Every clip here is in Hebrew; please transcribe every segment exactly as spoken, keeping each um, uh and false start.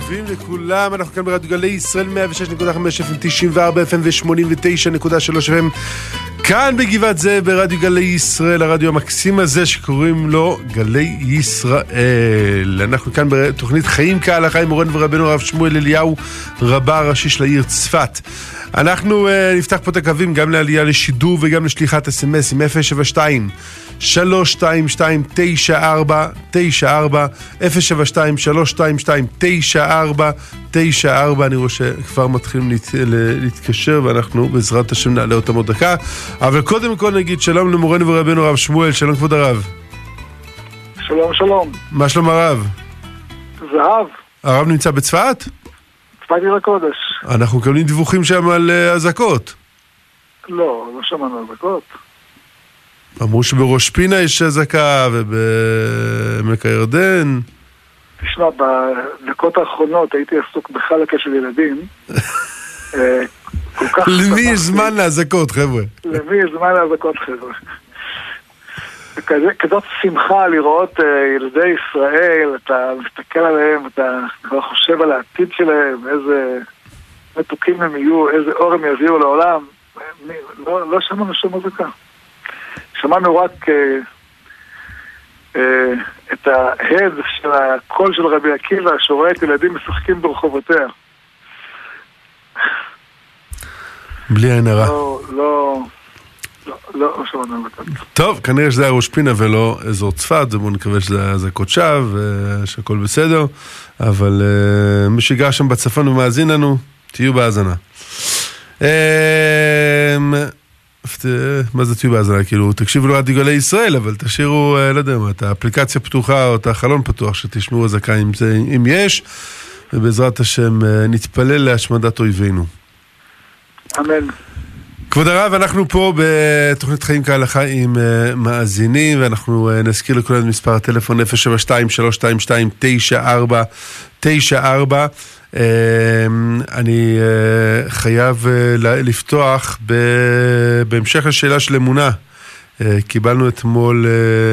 טובים לכולם, אנחנו כאן ברדיו גלי ישראל מאה ושש נקודה חמש אף אם, תשעים וארבע אף אם ו-שמונים ותשע נקודה שלוש אף אם, כאן בגבעת זה ברדיו גלי ישראל, הרדיו המקסים הזה שקוראים לו גלי ישראל. אנחנו כאן בתוכנית חיים כהלכה עם מורנו ורבנו הרב שמואל אליהו, רבה הראשי של העיר צפת. אנחנו uh, נפתח פה את הקווים גם לעלייה לשידור וגם לשליחת אס-אם-אס עם אפס שבע שתיים שלוש שתיים שתיים תשע ארבע תשע ארבע, אפס שבע שתיים שלוש שתיים שתיים תשע ארבע תשע ארבע. אני רואה שכבר מתחילים להת... להתקשר ואנחנו בעזרת השם נעלה אותם עוד דקה, אבל קודם כל נגיד שלום למורנו ורבנו הרב שמואל. שלום כבוד הרב. שלום שלום. מה שלום הרב? זהב. הרב נמצא בצפת? צפת עיר הקודש. אנחנו מקבלים דיווחים שם על אזעקות. לא, לא שמענו אזעקות. אמרו שבראש פינה יש אזעקה ובעמק הירדן. תשמע, בדקות האחרונות הייתי עסוק בחלקה של ילדים. למי יש זמן להזעקות, חבר'ה? למי יש זמן להזעקות, חבר'ה? כזאת שמחה לראות ילדי ישראל, אתה מסתכל עליהם, אתה כבר חושב על העתיד שלהם, איזה מתוקים הם יהיו, איזה אור הם יביאו לעולם. לא, לא שמענו שום מוזיקה. שמענו רק אה, אה, את ההד של הקול של רבי עקיבא שרואה את ילדים משחקים ברחובותיה. בלי עין הרע. לא, לא, לא, לא שמענו מוזיקה. טוב, כנראה שזה היה ראש פינה ולא אזור צפת, ובואו נקווה שזה אזעקות שווא, שהכל בסדר, אבל אה, מי שגר שם בצפון ומאזין לנו, תהיו בהאזנה. אה... מה זה תהיו בהאזנה? כאילו, תקשיבו לרדיו גלי ישראל, אבל תשאירו, לא יודע מה, את האפליקציה פתוחה או את החלון פתוח, שתשמעו אזעקה אם זה, אם יש, ובעזרת השם נתפלל להשמדת אויבינו. אמן. כבוד הרב, אנחנו פה בתוכנית חיים כהלכה עם מאזינים, ואנחנו נזכיר לכולם את מספר הטלפון אפס שבע שתיים שלוש שתיים שתיים תשע ארבע תשע ארבע. אני חייב לפתוח בהמשך לשאלה של אמונה. קיבלנו אתמול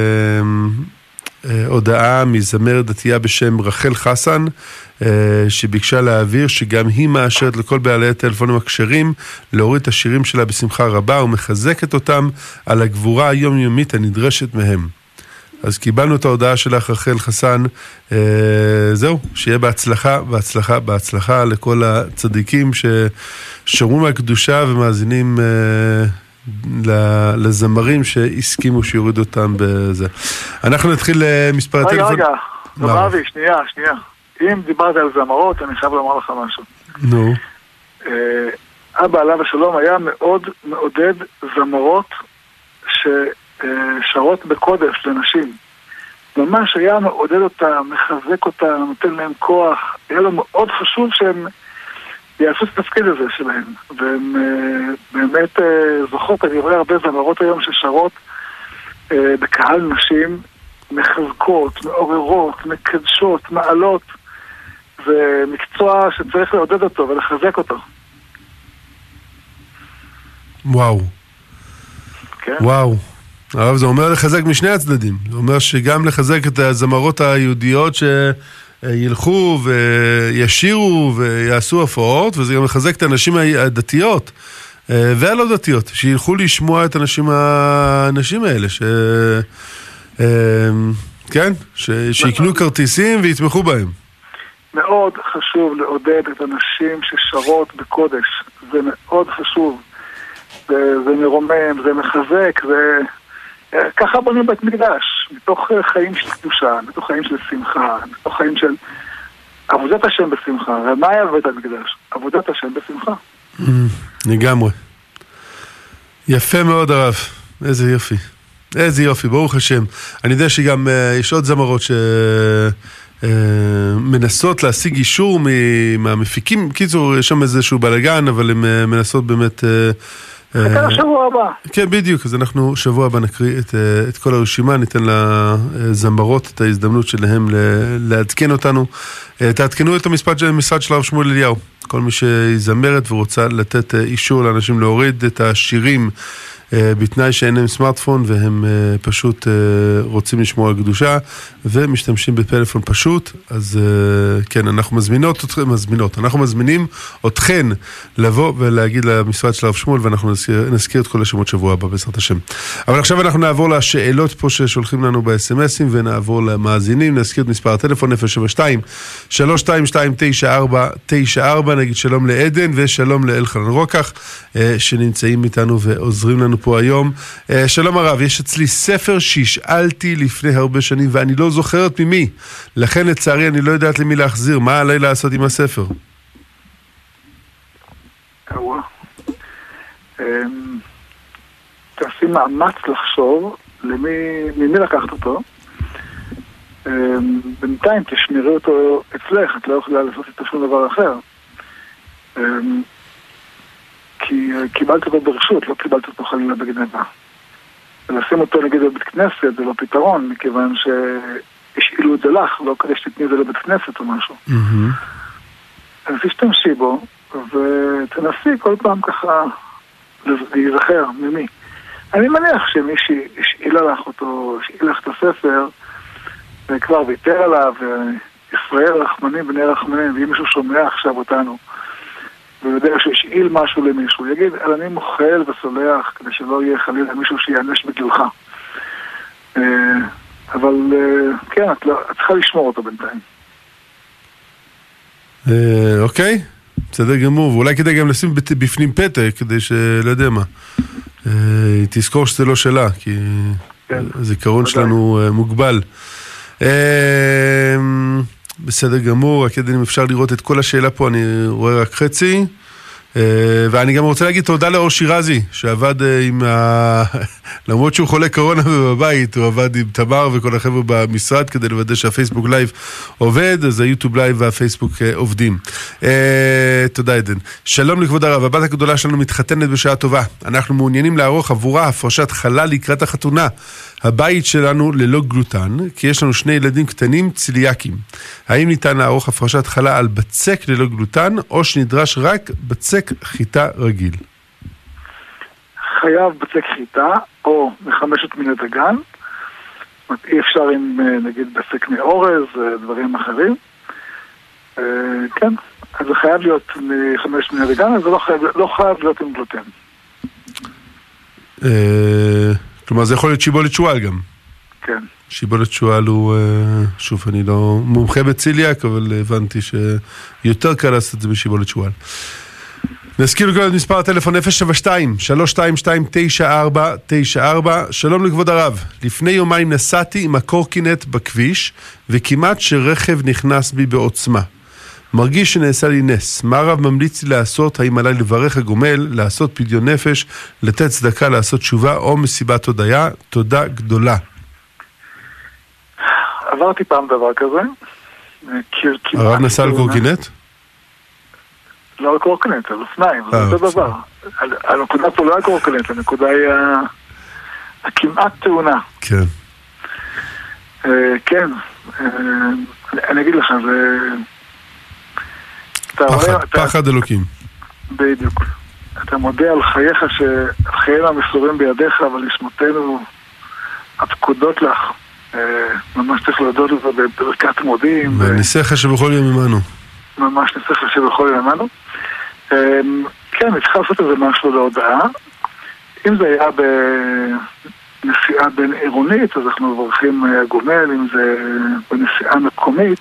הודעה מזמר דתייה בשם רחל חסן, שביקשה להעביר שגם היא מאשרת לכל בעלי הטלפונים הכשרים להוריד את השירים שלה בשמחה רבה ומחזקת אותם על הגבורה היומיומית הנדרשת מהם. אז קיבלנו את ההודעה שלך רחל חסן, אה, זהו, שיהיה בהצלחה, בהצלחה, בהצלחה לכל הצדיקים ששומרים מהקדושה ומאזינים אה, לזמרים שהסכימו שיוריד אותם בזה. אנחנו נתחיל מספר הטלפון. רגע, רגע, רבי, שנייה, שנייה. אם דיברת על זמרות, אני חייב לומר לך משהו. נו. אה, אבא עליו השלום היה מאוד מעודד זמרות ש... שרות בקודש לנשים. ממש היה מעודד אותם, מחזק אותם, נותן להם כוח. היה לו מאוד חשוב שהם יעשו את התפקיד הזה שלהם. והם באמת זוכות, אני רואה הרבה זמרות היום ששרות בקהל נשים, מחזקות, מעוררות, מקדשות, מעלות. זה מקצוע שצריך לעודד אותו ולחזק אותו. וואו. כן? וואו. הרב, זה אומר לחזק משני הצדדים. זה אומר שגם לחזק את הזמרות היהודיות שילכו וישירו ויעשו הופעות, וזה גם לחזק את הנשים הדתיות והלא דתיות, שילכו לשמוע את הנשים, האנשים האלה, ש... כן? ש... שיקנו כרטיסים ויתמכו בהם. מאוד חשוב לעודד את הנשים ששרות בקודש. זה מאוד חשוב. זה, זה מרומם, זה מחזק, זה... ככה בונים בית מקדש, מתוך חיים של קדושה, מתוך חיים של שמחה, מתוך חיים של עבודת השם בשמחה. ומה היה בית המקדש? עבודת השם בשמחה. לגמרי. יפה מאוד הרב, איזה יופי. איזה יופי, ברוך השם. אני יודע שגם יש עוד זמרות שמנסות להשיג אישור מהמפיקים, קיצור, יש שם איזשהו בלגן, אבל הן מנסות באמת... חכה לשבוע הבא. כן, בדיוק. אז אנחנו שבוע הבא נקריא את, את כל הרשימה, ניתן לזמרות את ההזדמנות שלהם לעדכן אותנו. תעדכנו את המשרד של, המשרד של הרב שמואל אליהו. כל מי שיזמרת ורוצה לתת אישור לאנשים להוריד את השירים בתנאי שאין להם סמארטפון והם פשוט רוצים לשמור על קדושה ומשתמשים בפלאפון פשוט. אז כן, אנחנו מזמינות אתכם, מזמינות, אנחנו מזמינים אתכן לבוא ולהגיד למשרד של הרב שמואל, ואנחנו נזכיר, נזכיר את כל השמות שבוע הבא בעזרת השם. אבל עכשיו אנחנו נעבור לשאלות פה ששולחים לנו ב-אס אם אסים ונעבור למאזינים. נזכיר את מספר הטלפון אפס שבע שתיים שלוש שתיים שתיים תשע ארבע תשע ארבע. נגיד שלום לעדן ושלום לאלחנן רוקח שנמצאים איתנו ועוזרים לנו פה היום. שלום הרב, יש אצלי ספר שהשאלתי לפני הרבה שנים ואני לא זוכרת ממי, לכן לצערי אני לא יודעת למי להחזיר. מה עליי לעשות עם הספר? תעשי מאמץ לחשוב למי לקחת אותו. בינתיים תשמרי אותו אצלך, את לא יכולה לעשות את שום דבר אחר, כי קיבלת אותו ברשות, לא קיבלת אותו חלילה בגנבה. ולשים אותו נגיד בבית כנסת זה לא פתרון, מכיוון שהשאילו את זה לך, לא כדי שתתני את זה לבית כנסת או משהו. אז תשתמשי בו ותנסי כל פעם ככה להיזכר ממי. אני מניח שמישהי השאילה לך אותו, השאילה לך את הספר וכבר ויתר עליו, ישראל רחמנים בני רחמנים, ואם מישהו שומע עכשיו אותנו ויודע שהשאיל משהו למישהו, יגיד, אני מוחל וסולח כדי שלא יהיה חלילה מישהו שיענש בגילך. אבל כן, את צריכה לשמור אותו בינתיים. אוקיי, בסדר גמור, ואולי כדאי גם לשים בפנים פתק כדי שלא יודע מה, תזכור שזה לא שלה, כי הזיכרון שלנו מוגבל. בסדר גמור, רק כדי אם אפשר לראות את כל השאלה פה, אני רואה רק חצי. ואני גם רוצה להגיד תודה לאור שירזי, שעבד עם ה... למרות שהוא חולה קורונה בבית, הוא עבד עם תמר וכל החבר'ה במשרד כדי לוודא שהפייסבוק לייב עובד, אז היוטיוב לייב והפייסבוק עובדים. תודה עדן. שלום לכבוד הרב, הבת הגדולה שלנו מתחתנת בשעה טובה. אנחנו מעוניינים לערוך עבורה הפרשת חלה לקראת החתונה. הבית שלנו ללא גלוטן, כי יש לנו שני ילדים קטנים צליאקים. האם ניתן לערוך הפרשת חלה על בצק ללא גלוטן, או שנדרש רק בצק חיטה רגיל? חייב בצק חיטה, או מחמשת מן הדגן. אי אפשר עם, נגיד, בצק מאורז, דברים אחרים. כן, אז זה חייב להיות מחמשת מן הדגן, אז זה לא חייב, לא חייב להיות עם גלוטן. כלומר, זה יכול להיות שיבולת שואל גם. כן. שיבולת שואל הוא, שוב, אני לא מומחה בציליאק, אבל הבנתי שיותר קל לעשות את זה בשיבולת שואל. נזכיר לכם את מספר הטלפון אפס שבע שתיים שלוש שתיים שתיים תשע ארבע תשע ארבע. שלום לכבוד הרב, לפני יומיים נסעתי עם הקורקינט בכביש, וכמעט שרכב נכנס בי בעוצמה. מרגיש שנעשה לי נס. מה הרב ממליץ לי לעשות? האם עליי לברך הגומל, לעשות פדיון נפש, לתת צדקה, לעשות תשובה, או מסיבת הודיה? תודה גדולה. עברתי פעם דבר כזה. הרב נסע על קורקינט? לא על קורקינט, על אופניים, זה אותו דבר. הנקודה פה לא על קורקינט, הנקודה היא הכמעט תאונה. כן. כן, אני אגיד לך, זה... פחד, פחד אלוקים. בדיוק. אתה מודה על חייך שחיינו המסורים בידיך, אבל נשמותינו הפקודות לך. ממש צריך להודות לזה בברכת מודים. וניסך שבכל יום עמנו. ממש ניסך שבכל יום עמנו. כן, צריך לעשות איזה משהו להודעה. אם זה היה בנסיעה בין עירונית, אז אנחנו מברכים הגומל. אם זה בנסיעה מקומית,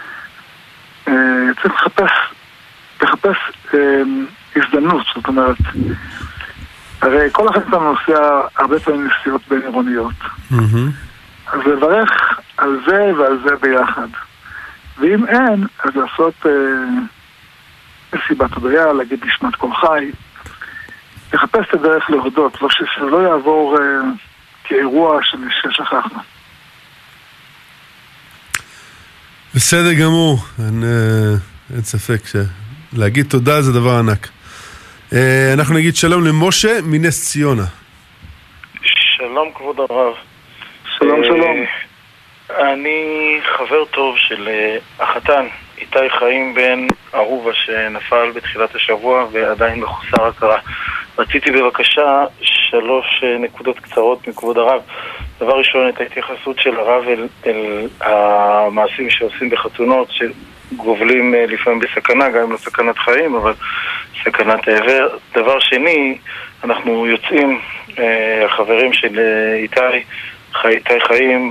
צריך לחפש לחפש אה, הזדמנות. זאת אומרת, הרי כל אחד פעם נוסע הרבה פעמים נסיעות בין עירוניות. Mm-hmm. אז לברך על זה ועל זה ביחד. ואם אין, אז לעשות אה, מסיבת הודיה, להגיד נשמת כל חי, לחפש את הדרך להודות, לא שלא יעבור אה, כאירוע ששכחנו. בסדר גמור, אין, אין ספק שלהגיד תודה זה דבר ענק. אנחנו נגיד שלום למשה מנס ציונה. שלום כבוד הרב. שלום שלום. אני חבר טוב של החתן איתי חיים בן ערובה שנפל בתחילת השבוע ועדיין מחוסר הכרה. רציתי בבקשה ש... שלוש נקודות קצרות מכבוד הרב. דבר ראשון, את ההתייחסות של הרב אל, אל המעשים שעושים בחתונות, שגובלים לפעמים בסכנה, גם אם לא סכנת חיים, אבל סכנת העבר. דבר שני, אנחנו יוצאים, החברים של איתי, איתי חיים,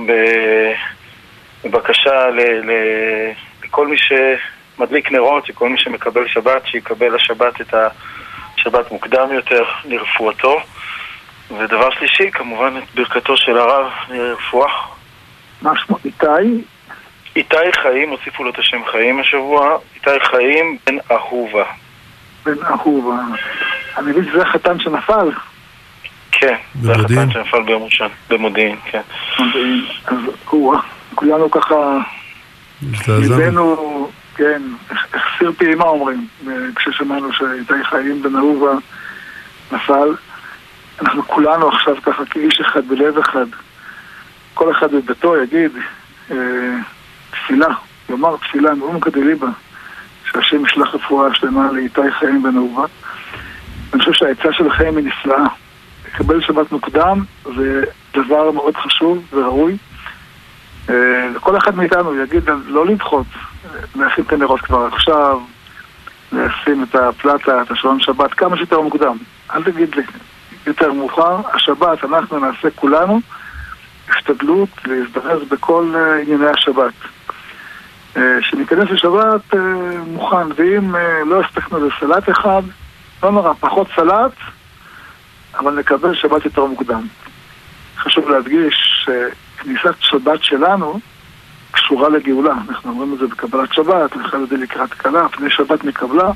בבקשה ל, ל, לכל מי שמדליק נרות, שכל מי שמקבל שבת, שיקבל השבת את השבת מוקדם יותר לרפואתו. ודבר שלישי, כמובן את ברכתו של הרב לרפואה. מה שמו? איתי? איתי חיים, הוסיפו לו את השם חיים השבוע. איתי חיים בן אהובה. בן אהובה. אני מבין שזה החתן שנפל. כן, זה החתן שנפל ביום ראשון, במודיעין, כן. מודיעין, אז כולנו ככה ליבנו, כן, החסיר פעימה אומרים, כששמענו שאיתי חיים בן אהובה נפל. אנחנו כולנו עכשיו ככה כאיש אחד בלב אחד, כל אחד בביתו יגיד אה, תפילה, יאמר תפילה מעומקא דליבא, שהשם ישלח רפואה שלמה לאיתי חיים בן אהובה. אני חושב שהעצה שלכם היא נפלאה. לקבל שבת מוקדם זה דבר מאוד חשוב וראוי. אה, לכל אחד מאיתנו יגיד לא לדחות, להכין את הנרות כבר עכשיו, לשים את הפלטה, את השעון שבת כמה שיותר מוקדם. אל תגיד לי יותר מאוחר, השבת אנחנו נעשה כולנו השתדלות להזדרז בכל ענייני השבת. שניכנס לשבת מוכן, ואם לא הספקנו לסלט אחד, לא נורא, פחות סלט, אבל נקבל שבת יותר מוקדם. חשוב להדגיש שכניסת שבת שלנו קשורה לגאולה. אנחנו אומרים את זה בקבלת שבת, לכן זה לקראת קלה, פני שבת מקבלה.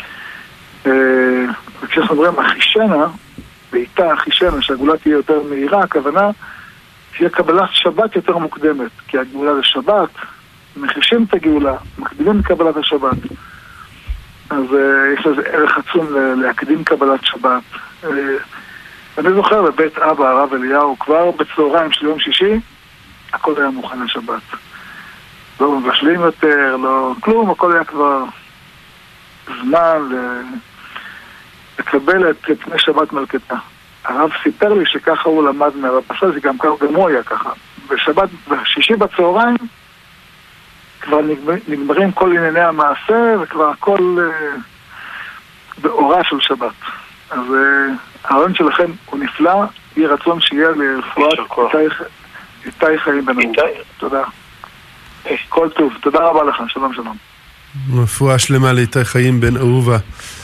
וכשאנחנו אומרים אחישנה, ואיתה אחישנה, שהגאולה תהיה יותר מהירה, הכוונה תהיה קבלת שבת יותר מוקדמת, כי הגאולה לשבת, מחישים את הגאולה, מקדימים את קבלת השבת. אז uh, יש לזה ערך עצום להקדים קבלת שבת. Uh, אני זוכר בבית אבא, הרב אליהו, כבר בצהריים של יום שישי, הכל היה מוכן לשבת. לא מבשלים יותר, לא כלום, הכל היה כבר זמן ל... לקבל את פני שבת מלכתה. הרב סיפר לי שככה הוא למד מהרב פסל, זה גם ככה, גם הוא היה ככה. בשבת, בשישי בצהריים, כבר נגמר, נגמרים כל ענייני המעשה, וכבר הכל אה, באורה של שבת. אז אה, הרעיון שלכם הוא נפלא, יהיה רצון שיהיה לרפואת איתי חיים בן אהובה. תודה. כל טוב, תודה רבה לך, שלום שלום. רפואה שלמה לאיתי חיים בן אהובה.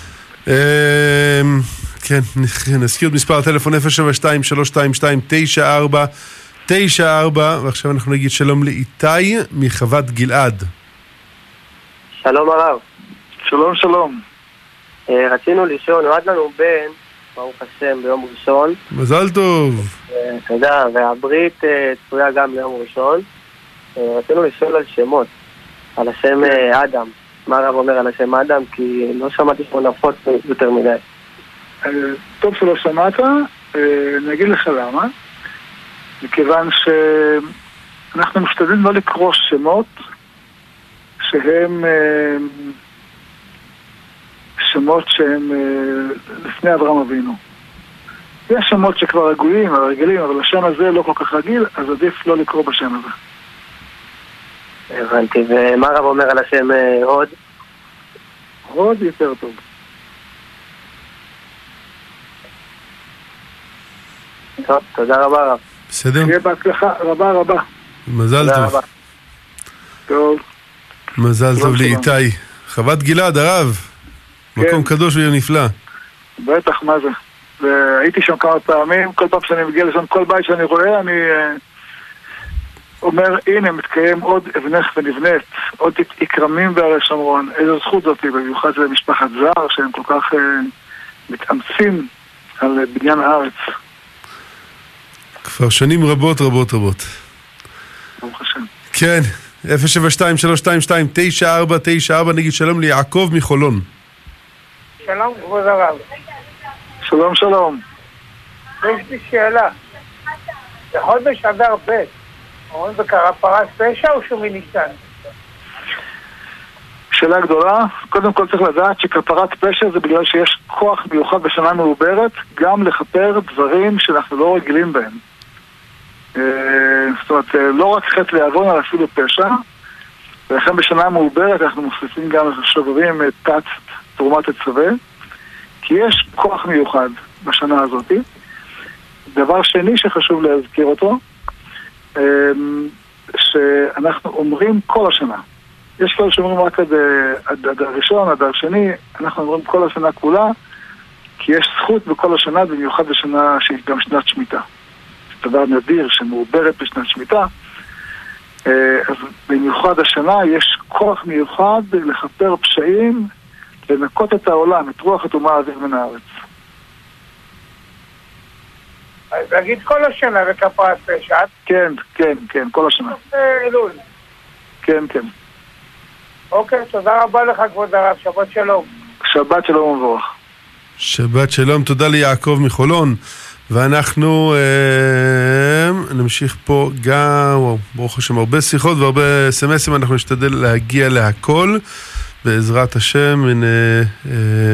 כן, נזכיר את מספר הטלפון אפס שבע שתיים שלוש שתיים שתיים תשע ארבע תשע ארבע, ועכשיו אנחנו נגיד שלום לאיתי מחוות גלעד. שלום הרב. שלום שלום. רצינו לשאול, נולד לנו בן, ברוך השם, ביום ראשון. מזל טוב. תודה, והברית צפויה גם ביום ראשון. רצינו לשאול על שמות, על השם אדם. מה הרב אומר על השם אדם? כי לא שמעתי שהוא נפוץ יותר מדי. טוב שלא שמעת, אני אגיד לך למה. מכיוון שאנחנו משתדלים לא לקרוא שמות שהם שמות שהם לפני אברהם אבינו. יש שמות שכבר רגועים, רגילים, אבל השם הזה לא כל כך רגיל, אז עדיף לא לקרוא בשם הזה. הבנתי, ומה הרב אומר על השם הוד? הוד יותר טוב. טוב, תודה רבה רב. בסדר? תהיה בהצלחה רבה רבה. מזל טוב. רבה. טוב. מזל טוב לאיתי. חוות גלעד, הרב. כן. מקום קדוש ונפלא. בטח, מה זה. והייתי שם כמה פעמים, כל פעם שאני מגיע לשם, כל בית שאני רואה, אני אומר, הנה, מתקיים עוד אבנך ונבנית, עוד עקרמים בהרי שומרון. איזו זכות זאת, במיוחד זה משפחת זר, שהם כל כך uh, מתאמצים על בניין הארץ. כבר שנים רבות רבות רבות. ברוך השם. כן, אפס שבע שתיים שלוש שתיים שתיים תשע ארבע תשע ארבע, נגיד שלום ליעקב מחולון. שלום כבוד הרב. שלום שלום. יש לי שאלה. בחודש אדר ב' אומרים בקרא פרס פשע או שומי ניסן? שאלה גדולה. קודם כל צריך לדעת שכפרת פשע זה בגלל שיש כוח מיוחד בשנה מעוברת גם לכפר דברים שאנחנו לא רגילים בהם. זאת אומרת, לא רק חטא ועוון, אלא אפילו פשע. ולכן בשנה מעוברת אנחנו מוסיפים גם שובבים את תת תרומת הצווה, כי יש כוח מיוחד בשנה הזאת. דבר שני שחשוב להזכיר אותו, שאנחנו אומרים כל השנה. יש כאלה שאומרים רק עד, עד, עד הראשון, עד השני, אנחנו אומרים כל השנה כולה, כי יש זכות בכל השנה, במיוחד בשנה שהיא גם שנת שמיטה. זה דבר נדיר שמעוברת בשנת שמיטה, אז במיוחד השנה יש כוח מיוחד לחפר פשעים, לנקות את העולם, את רוח הטומאה האוויר מן הארץ. אז להגיד כל השנה וכפרת פשע? כן, כן, כן, כל השנה. אלול. כן, כן. אוקיי, תודה רבה לך כבוד הרב, שבת שלום. שבת שלום ומבורך. שבת שלום, תודה ליעקב מחולון. ואנחנו אה, נמשיך פה גם, וואו, ברוך השם, הרבה שיחות והרבה אס-אם-אסים, אנחנו נשתדל להגיע להכל, בעזרת השם. הנה, אה,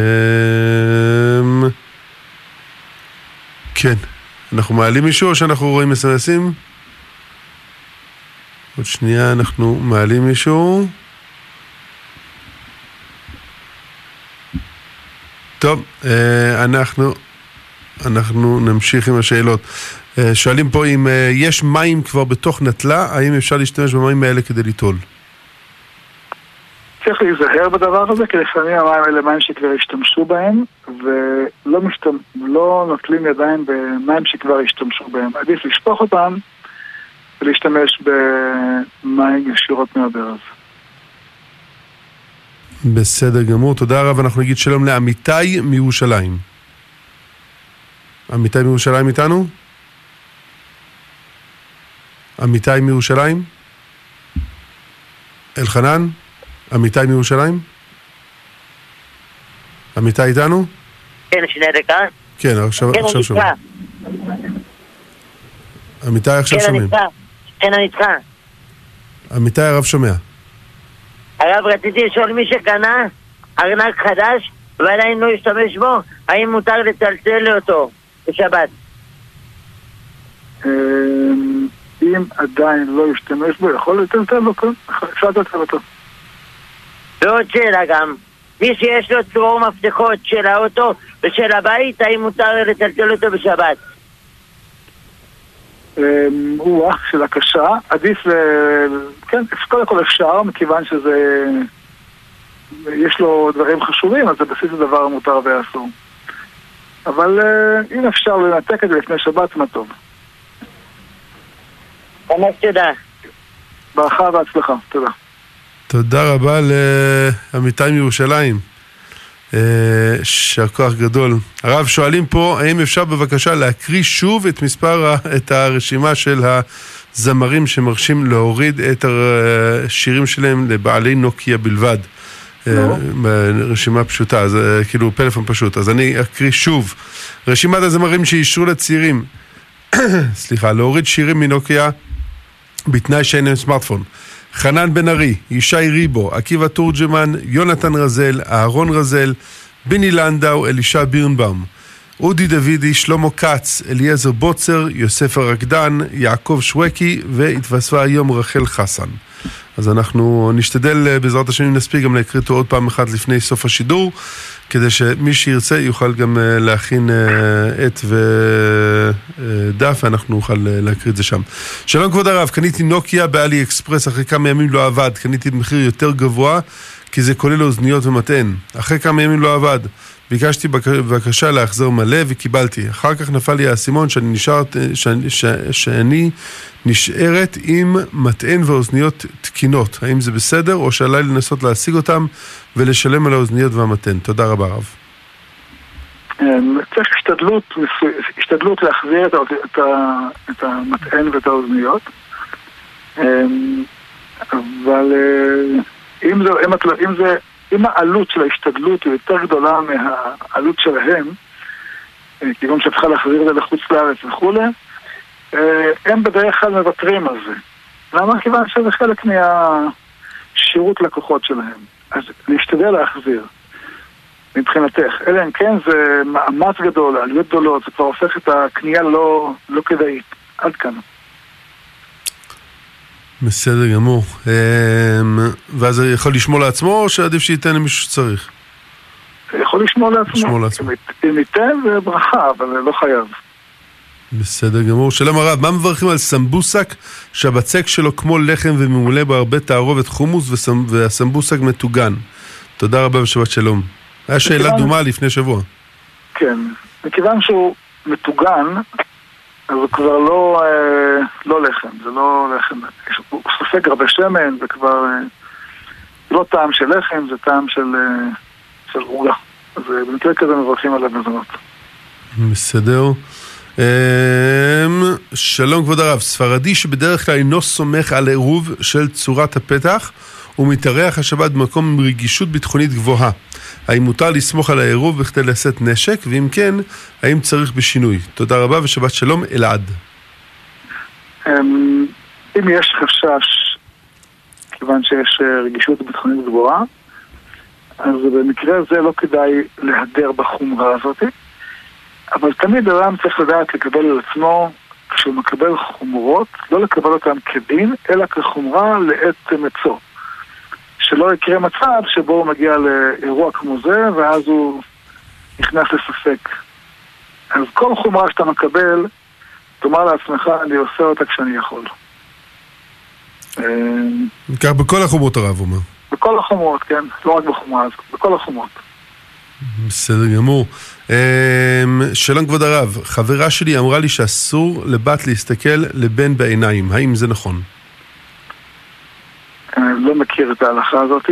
כן, אנחנו מעלים מישהו או שאנחנו רואים אס-אם-אסים? עוד שנייה, אנחנו מעלים מישהו. טוב, אה, אנחנו... אנחנו נמשיך עם השאלות. שואלים פה אם יש מים כבר בתוך נטלה, האם אפשר להשתמש במים האלה כדי ליטול? צריך להיזהר בדבר הזה, כי לפעמים המים האלה מים שכבר השתמשו בהם, ולא משתמש, לא נוטלים ידיים במים שכבר השתמשו בהם. עדיף לשפוך אותם ולהשתמש במים ישירות מהברז. בסדר גמור, תודה רב. אנחנו נגיד שלום לעמיתי מירושלים. עמיתי מירושלים איתנו? עמיתי מירושלים? אלחנן? עמיתי מירושלים? עמיתי איתנו? כן, שני דקה. כן, עכשיו שומעים. עמיתי עכשיו שומעים. כן, אני איתך. עמיתי הרב שומע. הרב, רציתי לשאול מי שקנה ארנק חדש ועדיין לא ישתמש בו, האם מותר לצלצל אותו בשבת? אם עדיין לא ישתמש בו, יכול לצלצל לו, אפשר לצלצל אותו. ועוד שאלה גם, מי שיש לו צרור מפתחות של האוטו ושל הבית, האם מותר לצלצל אותו בשבת? הוא אח של הקשה, עדיף, כן, קודם כל אפשר, מכיוון שזה, יש לו דברים חשובים, אז זה בסיס הדבר מותר ואסור. אבל אם אפשר לנתק את זה לפני שבת, מה טוב. ממש תודה. ברכה והצלחה, תודה. תודה רבה לעמיתי מירושלים. שהכוח גדול. הרב, שואלים פה, האם אפשר בבקשה להקריא שוב את מספר, את הרשימה של הזמרים שמרשים להוריד את השירים שלהם לבעלי נוקיה בלבד? רשימה פשוטה, אז כאילו פלאפון פשוט. אז אני אקריא שוב. רשימת הזמרים שאישרו לצעירים, סליחה, להוריד שירים מנוקיה בתנאי שאין להם סמארטפון. חנן בן ארי, ישי ריבו, עקיבא תורג'מן, יונתן רזל, אהרון רזל, ביני לנדאו, אלישע בירנבאום, אודי דוידי, שלמה קץ, אליעזר בוצר, יוסף הרקדן, יעקב שווקי, והתווספה היום רחל חסן. אז אנחנו נשתדל בעזרת השם נספיק גם להקריא אותו עוד פעם אחת לפני סוף השידור, כדי שמי שירצה יוכל גם להכין עט ודף, ואנחנו נוכל להקריא את זה שם. שלום כבוד הרב, קניתי נוקיה באלי אקספרס, אחרי כמה ימים לא עבד, קניתי במחיר יותר גבוה, כי זה כולל אוזניות ומטען. אחרי כמה ימים לא עבד, ביקשתי בקשה להחזר מלא וקיבלתי. אחר כך נפל לי האסימון שאני, נשארת, שאני, שאני נשארת עם מטען ואוזניות תקינות. האם זה בסדר או שעליי לנסות להשיג אותם ולשלם על האוזניות והמטען? תודה רבה רב. צריך השתדלות, השתדלות להחזיר את, את המטען ואת האוזניות. אבל אם זה, אם זה אם העלות של ההשתדלות היא יותר גדולה מהעלות שלהם, כיוון שצריכה להחזיר את זה לחוץ לארץ וכו', הם בדרך כלל מבטרים על זה. למה? כיוון שזה חלק מה... שירות לקוחות שלהם. אז להשתדל להחזיר, מבחינתך. אלא אם כן זה מאמץ גדול, עלויות גדולות, זה כבר הופך את הקנייה לא, לא כדאית. עד כאן. בסדר גמור. ואז הוא יכול לשמור לעצמו, או שעדיף שייתן למישהו שצריך? יכול לשמור לעצמו. לשמור לעצמו. אם ייתן זה ברכה, אבל לא חייב. בסדר גמור. שלום הרב, מה מברכים על סמבוסק שהבצק שלו כמו לחם וממולא בהרבה תערובת חומוס והסמבוסק מטוגן? תודה רבה ושבת שלום. היה שאלה דומה לפני שבוע. כן, מכיוון שהוא מטוגן, אז הוא כבר לא, לא לחם, זה לא לחם. הוא סופג הרבה שמן, זה כבר לא טעם של לחם, זה טעם של, של עוגה. אז במקרה כזה מברכים עליו מזונות. בסדר. שלום כבוד הרב, ספרדי שבדרך כלל אינו סומך על עירוב של צורת הפתח ומתארח השבת במקום עם רגישות ביטחונית גבוהה. האם מותר לסמוך על העירוב בכדי לשאת נשק, ואם כן, האם צריך בשינוי? תודה רבה ושבת שלום, אלעד. אם יש חשש, כיוון שיש רגישות ביטחונית גבוהה, אז במקרה הזה לא כדאי להדר בחומרה הזאת, אבל תמיד אדם צריך לדעת לקבל על עצמו, כשהוא מקבל חומרות, לא לקבל אותן כדין, אלא כחומרה לעת מצוא. שלא יקרה מצב שבו הוא מגיע לאירוע כמו זה, ואז הוא נכנס לספק. אז כל חומרה שאתה מקבל, תאמר לעצמך, אני עושה אותה כשאני יכול. כך בכל החומרות הרב אומר. בכל החומרות, כן. לא רק בחומרה הזאת, בכל החומרות. בסדר גמור. שלום כבוד הרב, חברה שלי אמרה לי שאסור לבת להסתכל לבן בעיניים. האם זה נכון? אני לא מכיר את ההלכה הזאת.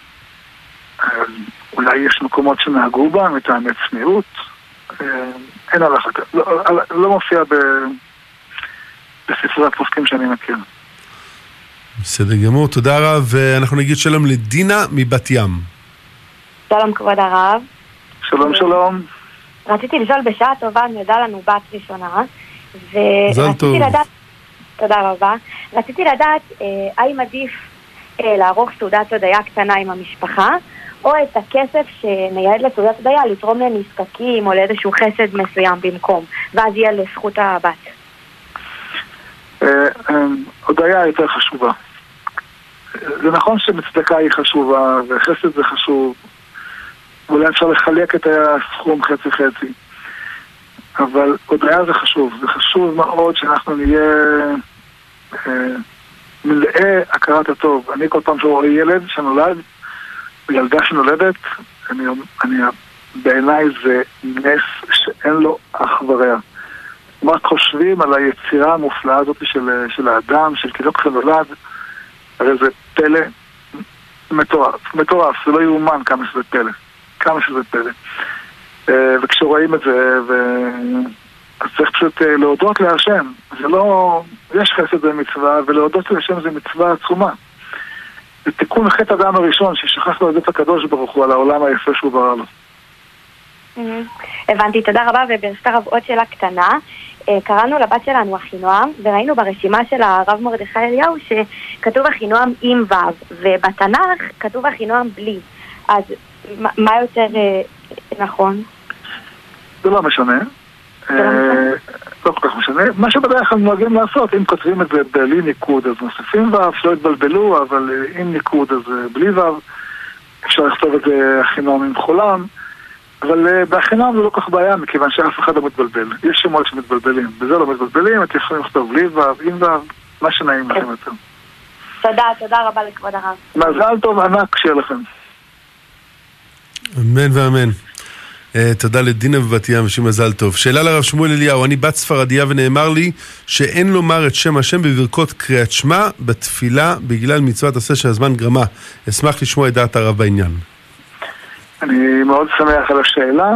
אולי יש מקומות שנהגו בה מטעמי צניעות. אין הלכה. לא, לא מופיע בספרי הפוסקים שאני מכיר. בסדר גמור, תודה רב. ואנחנו נגיד שלום לדינה מבת ים. שלום כבוד הרב. שלום שלום. רציתי לשאול בשעה טובה, נדע לנו בת ראשונה, ורציתי לדעת, תודה רבה, רציתי לדעת אה, האם עדיף אה, לערוך סעודת הודיה קטנה עם המשפחה, או את הכסף שנייעד לסעודת הודיה לתרום לנזקקים או לאיזשהו חסד מסוים במקום, ואז יהיה לזכות הבת. אה, אה, הודיה יותר חשובה. זה נכון שמצדקה היא חשובה, וחסד זה חשוב, אולי אפשר לחלק את הסכום חצי חצי, אבל הודיה זה חשוב, זה חשוב מאוד שאנחנו נהיה אה, מלאי הכרת הטוב. אני כל פעם שרואה ילד שנולד, ילדה שנולדת, אני, אני, בעיניי זה נס שאין לו אח ורע. רק חושבים על היצירה המופלאה הזאת של, של האדם, של תינוק שנולד, הרי זה פלא מטורף, מטורף, זה לא יאומן כמה שזה פלא. כמה שזה פלא. וכשרואים את זה, אז צריך פשוט להודות להשם. זה לא, יש חסד במצווה, ולהודות להשם זה מצווה עצומה. זה תיקון חטא אדם הראשון, ששכח להודות הקדוש ברוך הוא על העולם היפה שהוא ברא לו. הבנתי, תודה רבה. וברשת הרב עוד שאלה קטנה. קראנו לבת שלנו אחינועם, וראינו ברשימה של הרב מרדכי אליהו שכתוב אחינועם עם ו', ובתנ"ך כתוב אחינועם בלי. אז מה יותר נכון? זה לא משנה. לא כל כך משנה. מה שבדרך כלל נוהגים לעשות, אם כותבים את זה בלי ניקוד, אז נוספים ו', שלא יתבלבלו, אבל עם ניקוד, אז בלי ו', אפשר לכתוב את זה אחינועם עם חולם, אבל באחינועם זה לא כך בעיה, מכיוון שאף אחד לא מתבלבל. יש שמות שמתבלבלים. בזה לא מתבלבלים, אתם יכולים לכתוב בלי ו', עם ו', מה שנעים לכם יותר. תודה, תודה רבה לכבוד הרב. מזל טוב ענק שיהיה לכם. אמן ואמן. Uh, תודה לדינה בבת ים ושמזל טוב. שאלה לרב שמואל אליהו, אני בת ספרדיה ונאמר לי שאין לומר את שם השם בברכות קריאת שמע בתפילה בגלל מצוות עשה שהזמן גרמה. אשמח לשמוע את דעת הרב בעניין. אני מאוד שמח על השאלה.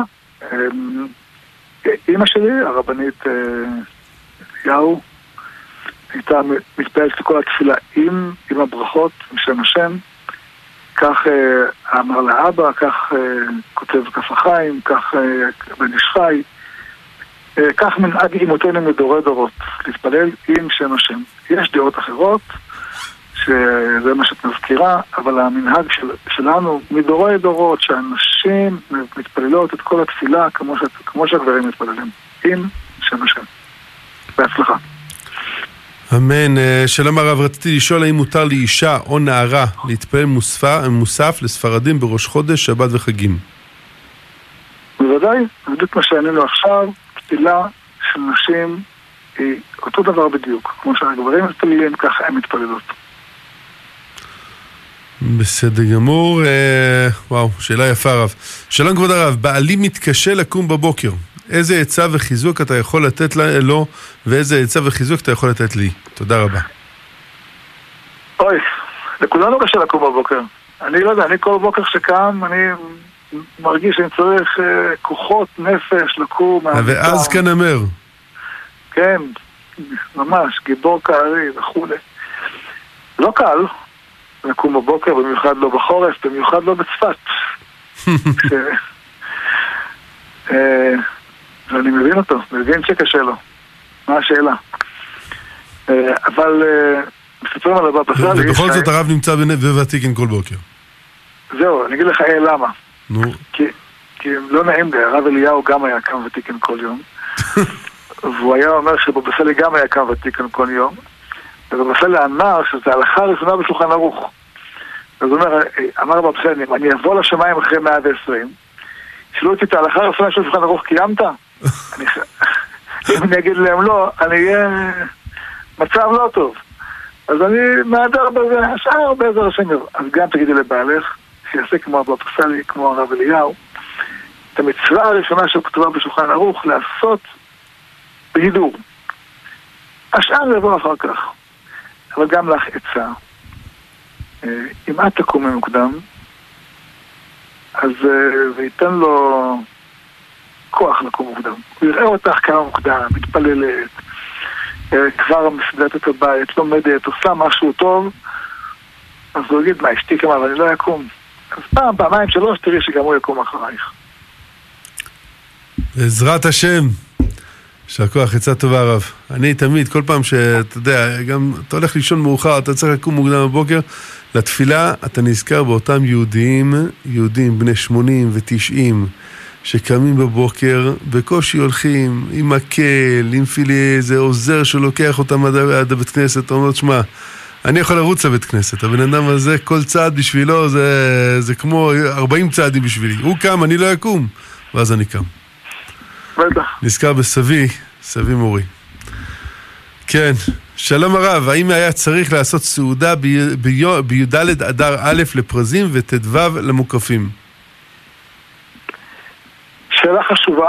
אמא שלי, הרבנית אליהו, הייתה מתפעלת כל התפילה עם, עם הברכות, עם שם השם. כך uh, אמר לאבא, כך uh, כותב כף החיים, כך uh, בן איש חי, uh, כך מנהג אימותינו מדורי דורות, להתפלל עם שם השם. יש דעות אחרות שזה מה שאת מזכירה, אבל המנהג של, שלנו מדורי דורות שאנשים מתפללות את כל התפילה כמו, ש, כמו שהגברים מתפללים, עם שם השם. בהצלחה. אמן. שלום הרב, רציתי לשאול האם מותר לאישה או נערה להתפלל מוסף, מוסף לספרדים בראש חודש, שבת וחגים. בוודאי, בדיוק מה שענינו עכשיו, תפילה של נשים היא אותו דבר בדיוק. כמו שהגברים מתפללים, ככה הם מתפללות. בסדר גמור. אה, וואו, שאלה יפה רב. שלום כבוד הרב, בעלי מתקשה לקום בבוקר. איזה עצה וחיזוק אתה יכול לתת לו, ואיזה עצה וחיזוק אתה יכול לתת לי? תודה רבה. אוי, לכולנו קשה לקום בבוקר. אני לא יודע, אני כל בוקר שקם, אני מרגיש שאני צריך uh, כוחות, נפש, לקום. ואז כאן אמר. כן, ממש, גיבור כארי וכו'. לא קל לקום בבוקר, במיוחד לא בחורף, במיוחד לא בצפת. ש... uh, ואני מבין אותו, מבין שקשה לו. מה השאלה? Uh, אבל... Uh, מספרים על הבא בסלי... ובכל זאת הרב נמצא בוותיקין כל בוקר. זהו, אני אגיד לך אה, למה. נו. כי, כי לא נעים לי, הרב אליהו גם היה קם ותיקין כל יום. והוא היה אומר שבבא סאלי גם היה קם ותיקין כל יום. ובבא סאלי אמר שזה הלכה ראשונה בשולחן ערוך. אז הוא אומר, אמר בבא סאלי, אני אבוא לשמיים אחרי מאה ועשרים, שאלו אותי את ההלכה הראשונה של שולחן ערוך, קיימת? אם אני אגיד להם לא, אני אהיה מצב לא טוב. אז אני מעדר בזה, השאר בעזר השם. אז גם תגידי לבעלך, שיעשה כמו הבא פסלי, כמו הרב אליהו, את המצווה הראשונה שכתובה בשולחן ערוך, לעשות בהידור. השאר יבוא אחר כך. אבל גם לך עצה. אם את תקום ממוקדם, אז זה ייתן לו כוח לקום מוקדם. הוא יראה אותך כמה מוקדם, מתפללת, כבר מסדרת את הבית, לומדת, עושה משהו טוב, אז הוא יגיד, מה, אשתי כמה, אבל אני לא יקום. אז פעם, פעמיים, שלוש, תראי שגם הוא יקום אחרייך. בעזרת השם. שהכוח, עצה טובה רב. אני תמיד, כל פעם שאתה יודע, גם אתה הולך לישון מאוחר, אתה צריך לקום מוקדם בבוקר, לתפילה אתה נזכר באותם יהודים, יהודים בני שמונים ותשעים, שקמים בבוקר, בקושי הולכים עם מקל, עם פילי איזה עוזר שלוקח אותם עד, עד הבית כנסת, אתה אומר, שמה, אני יכול לרוץ לבית כנסת, הבן אדם הזה, כל צעד בשבילו, זה, זה כמו ארבעים צעדים בשבילי. הוא קם, אני לא אקום, ואז אני קם. בטח. נזכר בסבי, סבי מורי. כן, שלום הרב, האם היה צריך לעשות סעודה בי"ד אדר א' לפרזים ותדוו למוקפים? שאלה חשובה.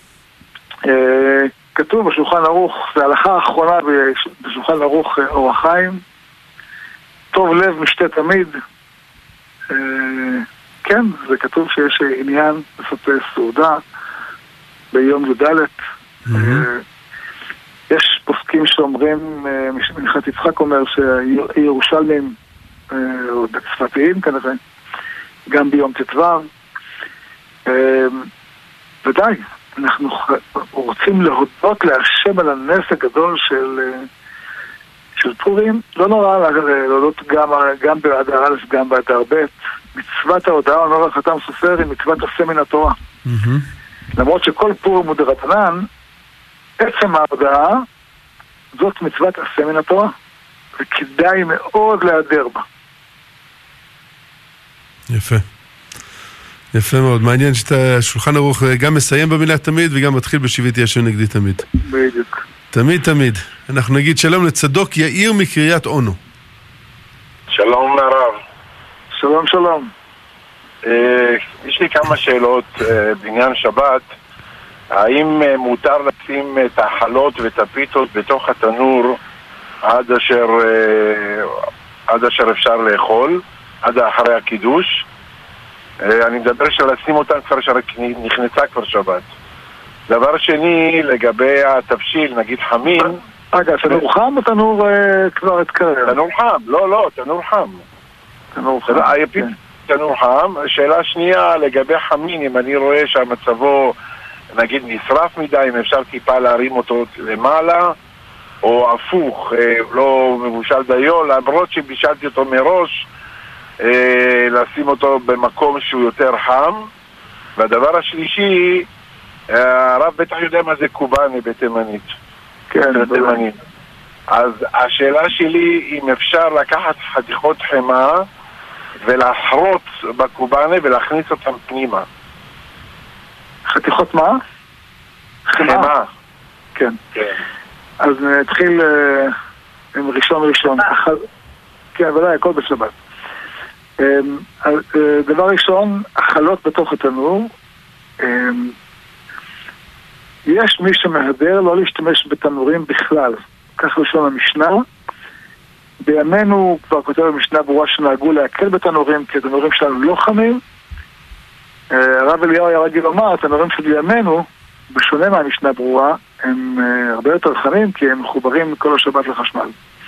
כתוב בשולחן ערוך, זה ההלכה האחרונה בשולחן ערוך אור החיים, טוב לב משתה תמיד. כן, זה כתוב שיש עניין לעשות סעודה ביום י"ד. יש פוסקים שאומרים, מנחת יצחק אומר שירושלמים או צפתיים כנראה, גם ביום ט"ו. ודאי, אנחנו רוצים להודות להשם על הנס הגדול של, של פורים. לא נורא להודות גם, גם באדר א' גם באדר ב'. מצוות ההודעה, אומר החתם סופר, היא מצוות עשה מן התורה. Mm-hmm. למרות שכל פורים הוא דרבנן, עצם ההודעה זאת מצוות עשה מן התורה, וכדאי מאוד להיעדר בה. יפה. יפה מאוד. מעניין שאתה שולחן ערוך גם מסיים במילה תמיד וגם מתחיל בשיביתי השם נגדי תמיד. בדיוק. תמיד תמיד. אנחנו נגיד שלום לצדוק יאיר מקריית אונו. שלום הרב. שלום שלום. יש לי כמה שאלות בעניין שבת. האם מותר לשים את החלות ואת הפיתות בתוך התנור עד אשר עד אשר אפשר לאכול, עד אחרי הקידוש? אני מדבר שלשים אותם כבר שנכנסה כבר שבת. דבר שני, לגבי התבשיל, נגיד חמין. רגע, תנור חם או תנור כבר התקרר? תנור חם, לא, לא, תנור חם. תנור חם. תנור חם. שאלה שנייה, לגבי חמין, אם אני רואה שהמצבו, נגיד, נשרף מדי, אם אפשר טיפה להרים אותו למעלה, או הפוך, לא מבושל דיו, למרות שבישלתי אותו מראש, לשים אותו במקום שהוא יותר חם. והדבר השלישי, הרב בטח יודע מה זה קובאני בתימנית. כן, בתימנית. אז השאלה שלי, אם אפשר לקחת חתיכות חמה ולחרוט בקובאני ולהכניס אותם פנימה. חתיכות מה? חמה. כן. כן. אז נתחיל עם ראשון ראשון. כן, ודאי, הכל בשבת. דבר ראשון, החלות בתוך התנור. יש מי שמהדר לא להשתמש בתנורים בכלל. כך ראשון המשנה. בימינו כבר כותב במשנה ברורה שנהגו להקל בתנורים, כי התנורים שלנו לא חמים. הרב אליהו היה רגיל לומר, התנורים של בימינו, בשונה מהמשנה ברורה, הם הרבה יותר חמים, כי הם מחוברים כל השבת לחשמל.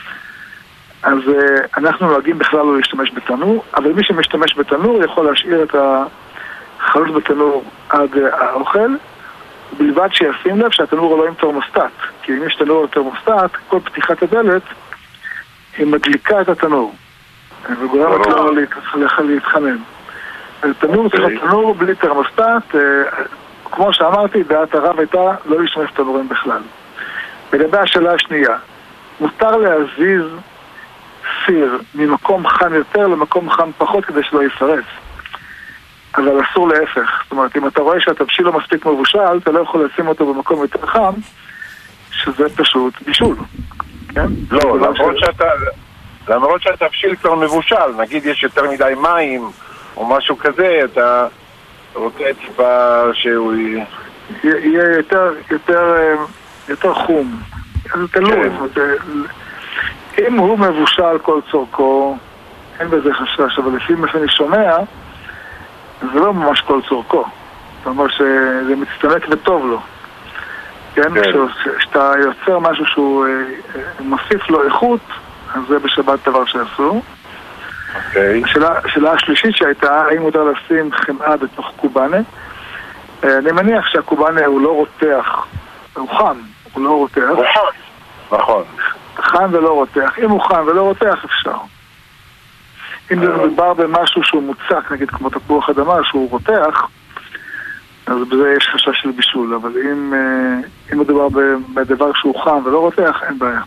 אז אנחנו נוהגים בכלל לא להשתמש בתנור, אבל מי שמשתמש בתנור יכול להשאיר את החלות בתנור עד האוכל, בלבד שישים לב שהתנור הוא לא עם תרמוסטט, כי אם יש תנור עם תרמוסטט, כל פתיחת הדלת היא מדליקה את התנור, וגורמת לו להתחמם. תנור צריך להיות תנור בלי תרמוסטט, כמו שאמרתי, דעת הרב הייתה לא להשתמש בתנורים בכלל. לגבי השאלה השנייה, מותר להזיז סיר ממקום חם יותר למקום חם פחות כדי שלא יישרף. אבל אסור להפך. זאת אומרת, אם אתה רואה שהתבשיל לא מספיק מבושל, אתה לא יכול לשים אותו במקום יותר חם, שזה פשוט בישול. כן? לא, למרות שאתה... למרות שהתבשיל כבר מבושל, נגיד יש יותר מדי מים או משהו כזה, אתה רוצה טיפה שהוא יהיה יותר, יותר, יותר חום. זה תלוי. אם הוא מבושל כל צורכו, אין בזה חשש, אבל לפי מה שאני שומע, זה לא ממש כל צורכו. זאת אומרת שזה מצטמק וטוב לו. כן? כשאתה יוצר משהו שהוא מוסיף לו איכות, אז זה בשבת דבר שעשו. אוקיי. השאלה השלישית שהייתה, האם מותר לשים חמאה בתוך קובאנה? אני מניח שהקובאנה הוא לא רותח, הוא חם, הוא לא רותח. נכון. נכון. חם ולא רותח. אם הוא חם ולא רותח, אפשר. אם זה מדובר במשהו שהוא מוצק, נגיד כמו תפוח אדמה, שהוא רותח, אז בזה יש חשש של בישול. אבל אם, אם מדובר בדבר שהוא חם ולא רותח, אין בעיה.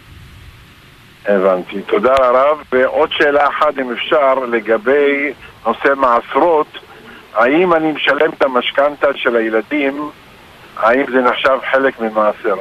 הבנתי. תודה הרב. ועוד שאלה אחת, אם אפשר, לגבי נושא מעשרות, האם אני משלם את המשכנתה של הילדים, האם זה נחשב חלק ממעשר?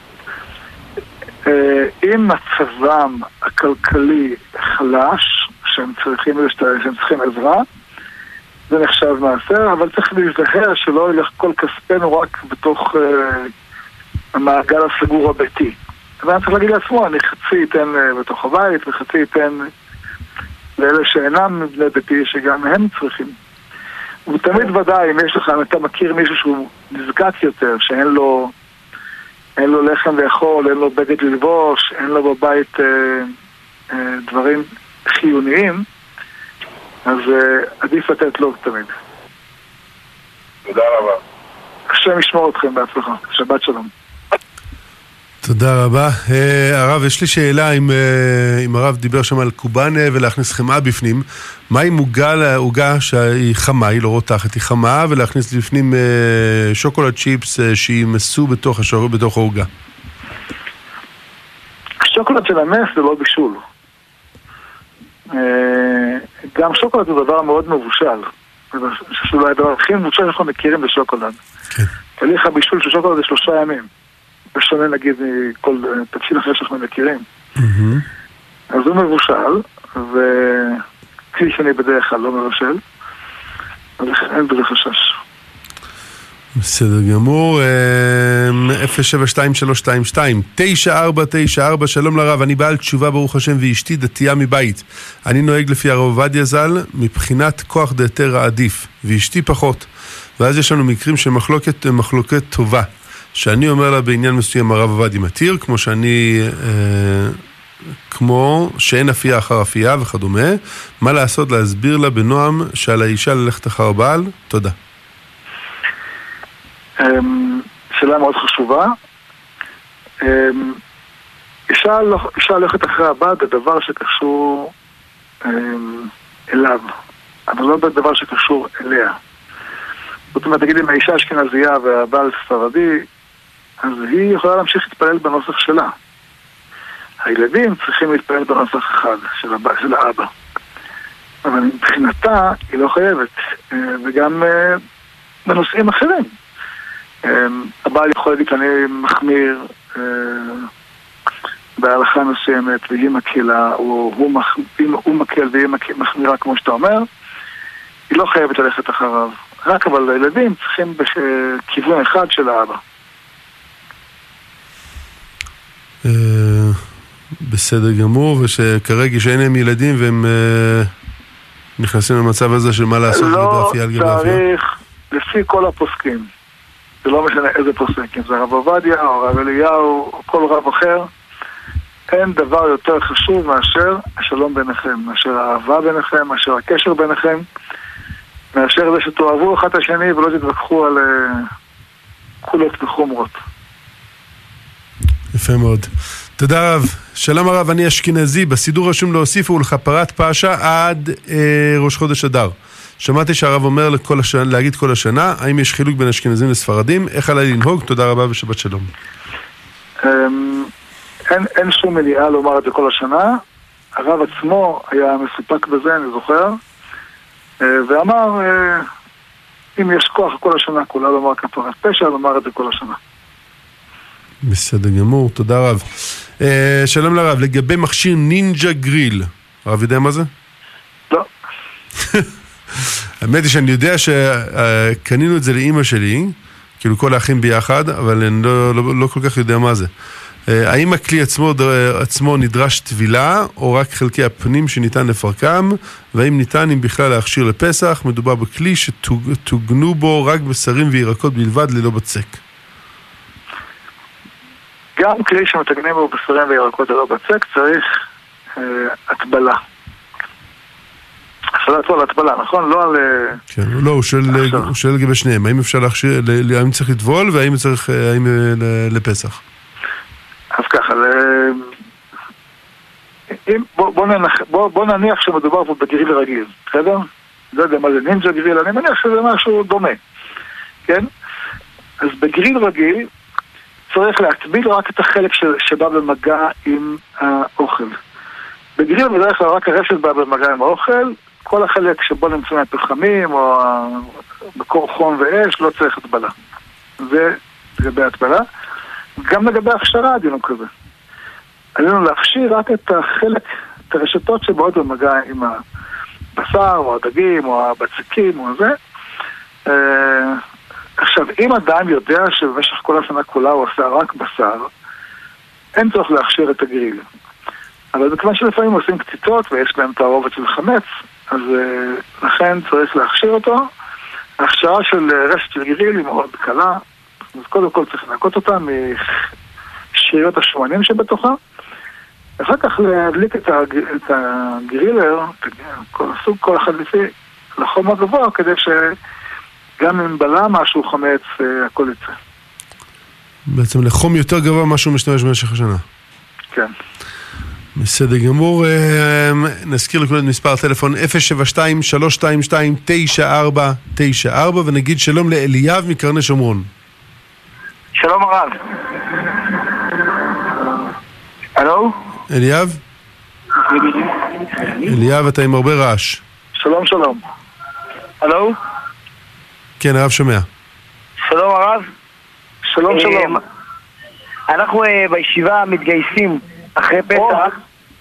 אם מצבם הכלכלי חלש, שהם צריכים, שהם צריכים עזרה, זה נחשב מעשר, אבל צריך להיזהר שלא ילך כל כספנו רק בתוך המעגל הסגור הביתי. ואני צריך להגיד לעצמו, אני חצי אתן בתוך הבית וחצי אתן לאלה שאינם מבני ביתי, שגם הם צריכים. ותמיד ודאי, אם יש לך, אם אתה מכיר מישהו שהוא נזקק יותר, שאין לו אין לו לחם לאכול, אין לו בגד ללבוש, אין לו בבית אה, אה, דברים חיוניים, אז אה, עדיף לתת לו תמיד. תודה רבה. השם ישמור אתכם בהצלחה. שבת שלום. תודה רבה. Uh, הרב, יש לי שאלה, אם, uh, אם הרב דיבר שם על קובאנה ולהכניס חמאה בפנים, מה אם עוגה שהיא חמה, היא לא רותחת, היא חמה, ולהכניס בפנים uh, שוקולד צ'יפס uh, שימסו בתוך העוגה? השוקולד של הנס זה לא בישול. Uh, גם שוקולד זה דבר מאוד מבושל. זה הדבר הכי מבושל שאנחנו מכירים בשוקולד. כן. תהליך הבישול של שוקולד זה שלושה ימים. בשונה נגיד כל תבשיל אחר שאנחנו מכירים. אז הוא מבושל, וכפי שאני בדרך כלל לא מבשל, אז אין בזה חשש. בסדר גמור. אפס שבע שתיים שלוש שתיים שתיים תשע ארבע תשע ארבע. שלום לרב, אני בעל תשובה ברוך השם ואשתי דתייה מבית. אני נוהג לפי הרב עובדיה ז"ל מבחינת כוח דהיתר העדיף, ואשתי פחות. ואז יש לנו מקרים של מחלוקת, מחלוקת טובה. שאני אומר לה בעניין מסוים הרב עובדיה מתיר, כמו שאני, אה, כמו שאין אפייה אחר אפייה וכדומה. מה לעשות? להסביר לה בנועם שעל האישה ללכת אחר בעל? תודה. שאלה מאוד חשובה. אישה הולכת אחרי הבת בדבר שקשור אליו, אבל לא בדבר שקשור אליה. זאת אומרת, תגיד, אם האישה אשכנזייה והבעל ספרדי, אז היא יכולה להמשיך להתפלל בנוסח שלה. הילדים צריכים להתפלל בנוסח אחד של, הבא, של האבא. אבל מבחינתה היא לא חייבת, וגם בנושאים אחרים. הבעל יכול להגיד, אני מחמיר בהלכה מסוימת, והיא מקלה, או הוא, מח... הוא מקל והיא מחמירה כמו שאתה אומר, היא לא חייבת ללכת אחריו. רק אבל הילדים צריכים בכיוון אחד של האבא. בסדר גמור, ושכרגע שאין להם ילדים והם נכנסים למצב הזה של מה לעשות לגבי על גבי לא צריך, לפי כל הפוסקים, זה לא משנה איזה פוסק, אם זה הרב עובדיה או הרב אליהו או כל רב אחר, אין דבר יותר חשוב מאשר השלום ביניכם, מאשר האהבה ביניכם, מאשר הקשר ביניכם, מאשר זה שתאהבו אחד השני ולא תתווכחו על קולות וחומרות. יפה מאוד. תודה רב. שלום הרב, אני אשכנזי, בסידור רשום להוסיף ולכפרת פשע עד אה, ראש חודש אדר. שמעתי שהרב אומר לכל השנה, להגיד כל השנה, האם יש חילוק בין אשכנזים לספרדים? איך עליי לנהוג? תודה רבה ושבת שלום. אין, אין שום מניעה לומר את זה כל השנה. הרב עצמו היה מסופק בזה, אני זוכר, ואמר, אם יש כוח כל השנה כולה לומר כפרת פשע, לומר את זה כל השנה. בסדר גמור, תודה רב. שלום לרב, לגבי מכשיר נינג'ה גריל, הרב יודע מה זה? לא. האמת היא שאני יודע שקנינו את זה לאמא שלי, כאילו כל האחים ביחד, אבל אני לא, לא, לא כל כך יודע מה זה. האם הכלי עצמו, עצמו נדרש טבילה, או רק חלקי הפנים שניתן לפרקם, והאם ניתן אם בכלל להכשיר לפסח? מדובר בכלי שתוגנו בו רק בשרים וירקות בלבד ללא בצק. גם כלי שמתגנים בו בשרים וירקות ללא בצק צריך אה, הטבלה. השאלה פה על הטבלה, נכון? לא על... כן, לא, הוא שואל לגבי שניהם. האם אפשר להכשיר, האם צריך לטבול, והאם צריך, האם לפסח? אז ככה, אם, בוא, בוא, נניח, בוא, בוא נניח שמדובר פה בגריל רגיל, בסדר? לא יודע מה זה נינג'ה גריל, אני מניח שזה משהו דומה, כן? אז בגריל רגיל צריך להטביל רק את החלק ש, שבא במגע עם האוכל. בגריל בדרך כלל רק הרשת בא במגע עם האוכל, כל החלק שבו נמצאים הפחמים או בקור חום ואש לא צריך הטבלה. זה לגבי הטבלה. גם לגבי הכשרה עדינו כזה. עלינו להכשיר רק את החלק, את הרשתות שבאות במגע עם הבשר או הדגים או הבצקים או זה. עכשיו, אם אדם יודע שבמשך כל השנה כולה הוא עושה רק בשר, אין צורך להכשיר את הגריל. אבל זה כמה שלפעמים עושים קציצות ויש בהם תערובת של חמץ, אז לכן צריך להכשיר אותו. ההכשרה של רשת של גריל היא מאוד קלה, אז קודם כל צריך לנקות אותה משאריות השומנים שבתוכה, ואחר כך להדליק את, הג... את הגרילר, כל הסוג, כל אחד לפי לחום הגבוה, כדי שגם אם בלה משהו חמץ, הכל יצא. בעצם לחום יותר גבוה משהו משתמש במשך השנה. כן. בסדר גמור, נזכיר לכולם מספר טלפון אפס שבע שתיים שלוש שתיים שתיים תשע ארבע תשע ארבע ונגיד שלום לאליאב מקרני שומרון. שלום הרב. הלו? אליאב? אליאב, אתה עם הרבה רעש. שלום שלום. הלו? כן, הרב שומע. שלום הרב. שלום שלום. אנחנו בישיבה מתגייסים אחרי פסח,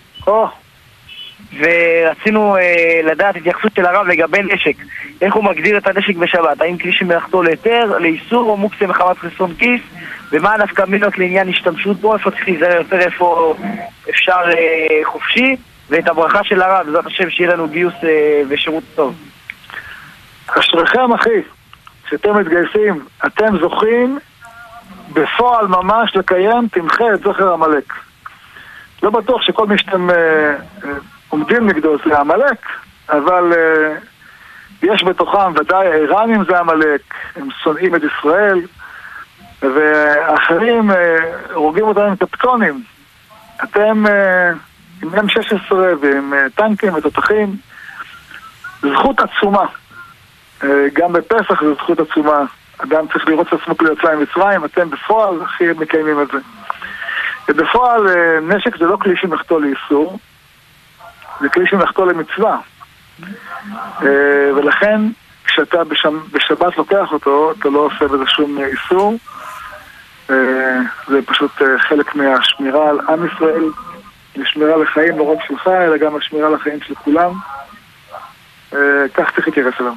ורצינו לדעת התייחסות של הרב לגבי נשק. איך הוא מגדיר את הנשק בשבת? האם כלי שמלאכתו להיתר, לאיסור או מוקצה מחמת חסרון כיס? ומה הנפקא מינות לעניין השתמשות בו? איפה צריך להיזהר יותר, איפה אפשר חופשי? ואת הברכה של הרב, בעזרת השם, שיהיה לנו גיוס ושירות טוב. אשריכם אחי, שאתם מתגייסים, אתם זוכים בפועל ממש לקיים תמחה את זכר עמלק. לא בטוח שכל מי שאתם אה, אה, עומדים נגדו זה עמלק, אבל אה, יש בתוכם ודאי האיראנים זה עמלק, הם שונאים את ישראל, ואחרים אה, רוגים אותם עם קפטונים. אתם עם אם שש עשרה ועם טנקים ותותחים, זכות עצומה. גם בפסח זו זכות עצומה. אדם צריך לראות את עצמו כליוצא ממצרים, אתם בפועל הכי מקיימים את זה. ובפועל נשק זה לא כלי שמלאכתו לאיסור, זה כלי שמלאכתו למצווה. ולכן כשאתה בשבת לוקח אותו, אתה לא עושה בזה שום איסור. זה פשוט חלק מהשמירה על עם ישראל, לשמירה לחיים לא רק שלך, אלא גם השמירה לחיים של כולם. כך צריך להתייחס אליו.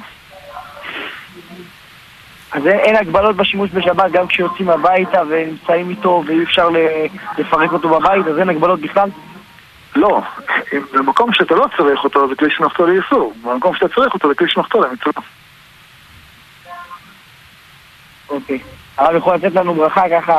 אז אין הגבלות בשימוש בשבת גם כשיוצאים הביתה ונמצאים איתו ואי אפשר לפרק אותו בבית, אז אין הגבלות בכלל? לא, במקום שאתה לא צריך אותו זה כלי שמלאכתו לאיסור, במקום שאתה צריך אותו זה כלי שמלאכתו למצווה. אוקיי, הרב יכול לתת לנו ברכה ככה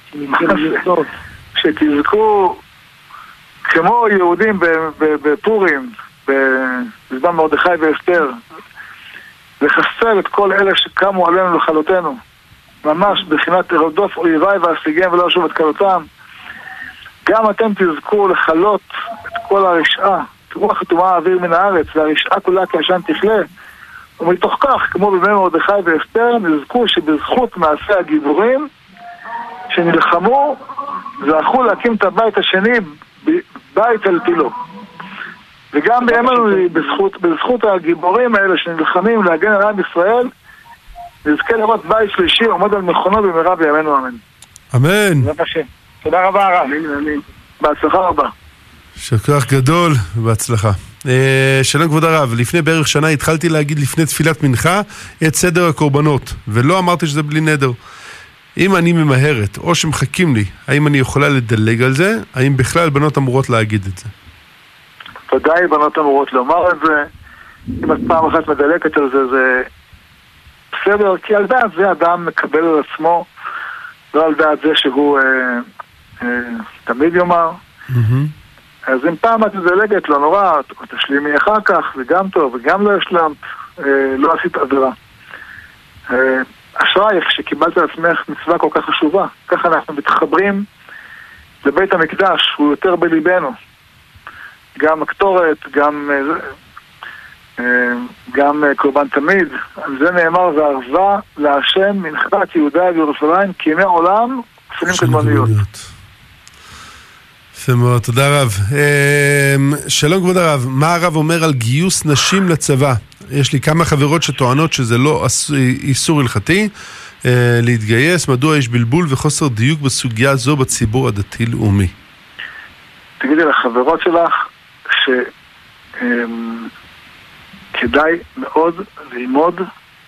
שתזכו כמו יהודים בפורים בזמן מרדכי ואסתר, לחסל את כל אלה שקמו עלינו לכלותנו, ממש בחינת רדוף אויביי ואשיגם ולא אשוב את כלותם. גם אתם תזכו לחלות את כל הרשעה, רוח חתומה האוויר מן הארץ, והרשעה כולה כעשן תכלה, ומתוך כך, כמו בימי מרדכי ואסתר, נזכו שבזכות מעשי הגיבורים שנלחמו זכו להקים את הבית השני, בית על פילו. וגם בימינו בזכות, בזכות הגיבורים האלה שנלחמים להגן על עם ישראל, נזכה לראות בית שלישי עומד על מכונו במהרה בימינו אמן. אמן. תודה רבה הרב. בהצלחה רבה. שכוח גדול ובהצלחה. שלום כבוד הרב, לפני בערך שנה התחלתי להגיד לפני תפילת מנחה את סדר הקורבנות, ולא אמרתי שזה בלי נדר. אם אני ממהרת או שמחכים לי, האם אני יכולה לדלג על זה? האם בכלל בנות אמורות להגיד את זה? ודאי בנות אמורות לומר את זה. אם את פעם אחת מדלקת על זה, זה בסדר, כי על דעת זה אדם מקבל על עצמו, לא על דעת זה שהוא אה, אה, תמיד יאמר. Mm-hmm. אז אם פעם את מדלגת, לא נורא, תשלימי אחר כך, וגם טוב, וגם לא השלמת, אה, לא עשית עבירה. אה, אשרייך שקיבלת על עצמך מצווה כל כך חשובה. ככה אנחנו מתחברים לבית המקדש, הוא יותר בליבנו. גם הקטורת, גם גם קורבן תמיד. על זה נאמר, וערבה להשם מנחת יהודה וירושלים כימי עולם שנים קדמוניות. יפה מאוד, תודה רב. שלום כבוד הרב, מה הרב אומר על גיוס נשים לצבא? יש לי כמה חברות שטוענות שזה לא איסור הלכתי להתגייס. מדוע יש בלבול וחוסר דיוק בסוגיה זו בציבור הדתי-לאומי? תגידי לחברות שלך שכדאי מאוד ללמוד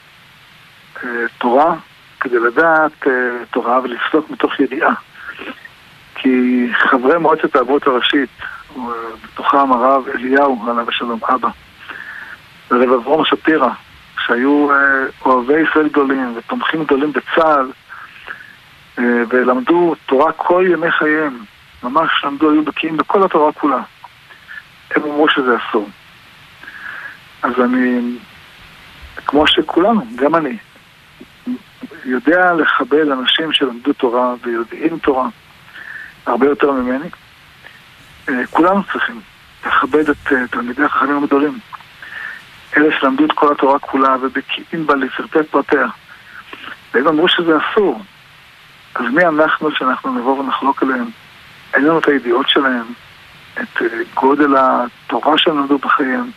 תורה כדי לדעת תורה ולפסוק מתוך ידיעה. כי חברי מועצת האבות הראשית, בתוכם הרב אליהו, עליו השלום, אבא, ורב אברום שפירא, שהיו אוהבי ישראל גדולים ותומכים גדולים בצה"ל, ולמדו תורה כל ימי חייהם, ממש למדו, היו בקיאים בכל התורה כולה. הם אמרו שזה אסור. אז אני, כמו שכולנו, גם אני, יודע לכבד אנשים שלמדו תורה ויודעים תורה הרבה יותר ממני. כולנו צריכים לכבד את תלמידי החכמים הגדולים. אלה שלמדו את כל התורה כולה ובקיאים בה לפרטי פרטיה. והם אמרו שזה אסור. אז מי אנחנו שאנחנו נבוא ונחלוק עליהם? אין לנו את הידיעות שלהם, את גודל התורה שלמדו בחייהם.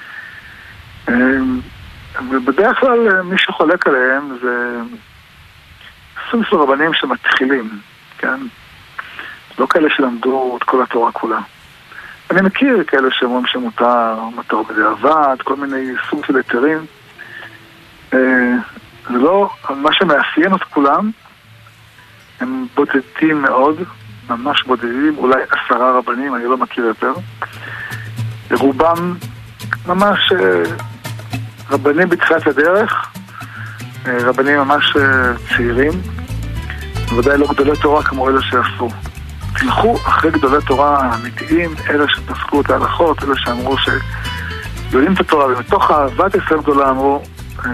ובדרך כלל מי שחולק עליהם זה סוג של רבנים שמתחילים, כן? לא כאלה שלמדו את כל התורה כולה. אני מכיר כאלה שאומרים שמותר, מותר בדיעבד, כל מיני סוג של היתרים. זה לא, מה שמאפיין את כולם, הם בודדים מאוד, ממש בודדים, אולי עשרה רבנים, אני לא מכיר יותר. רובם ממש רבנים בתחילת הדרך, רבנים ממש צעירים, בוודאי לא גדולי תורה כמו אלה שעשו. תלכו אחרי גדולי תורה האמיתיים, אלה שפסקו את ההלכות, אלה שאמרו שיודעים את התורה, ומתוך אהבת ישראל גדולה אמרו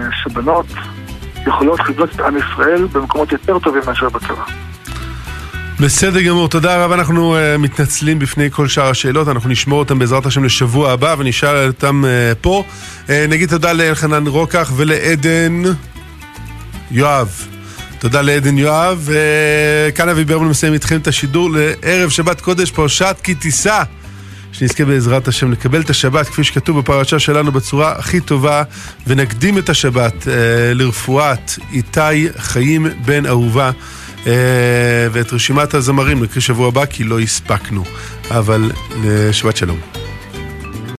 שבנות יכולות לבנות את עם ישראל במקומות יותר טובים מאשר בצבא. בסדר גמור, תודה רב. אנחנו uh, מתנצלים בפני כל שאר השאלות, אנחנו נשמור אותם בעזרת השם לשבוע הבא ונשאל אותם uh, פה. uh, נגיד תודה לאלחנן רוקח ולעדן יואב. תודה לעדן יואב. uh, כאן אבי ברמן מסיים איתכם את השידור לערב שבת קודש פרשת כי תישא, שנזכה בעזרת השם לקבל את השבת כפי שכתוב בפרשה שלנו בצורה הכי טובה, ונקדים את השבת uh, לרפואת איתי חיים בן אהובה, uh, ואת רשימת הזמרים נקריא שבוע הבא כי לא הספקנו, אבל לשבת שלום.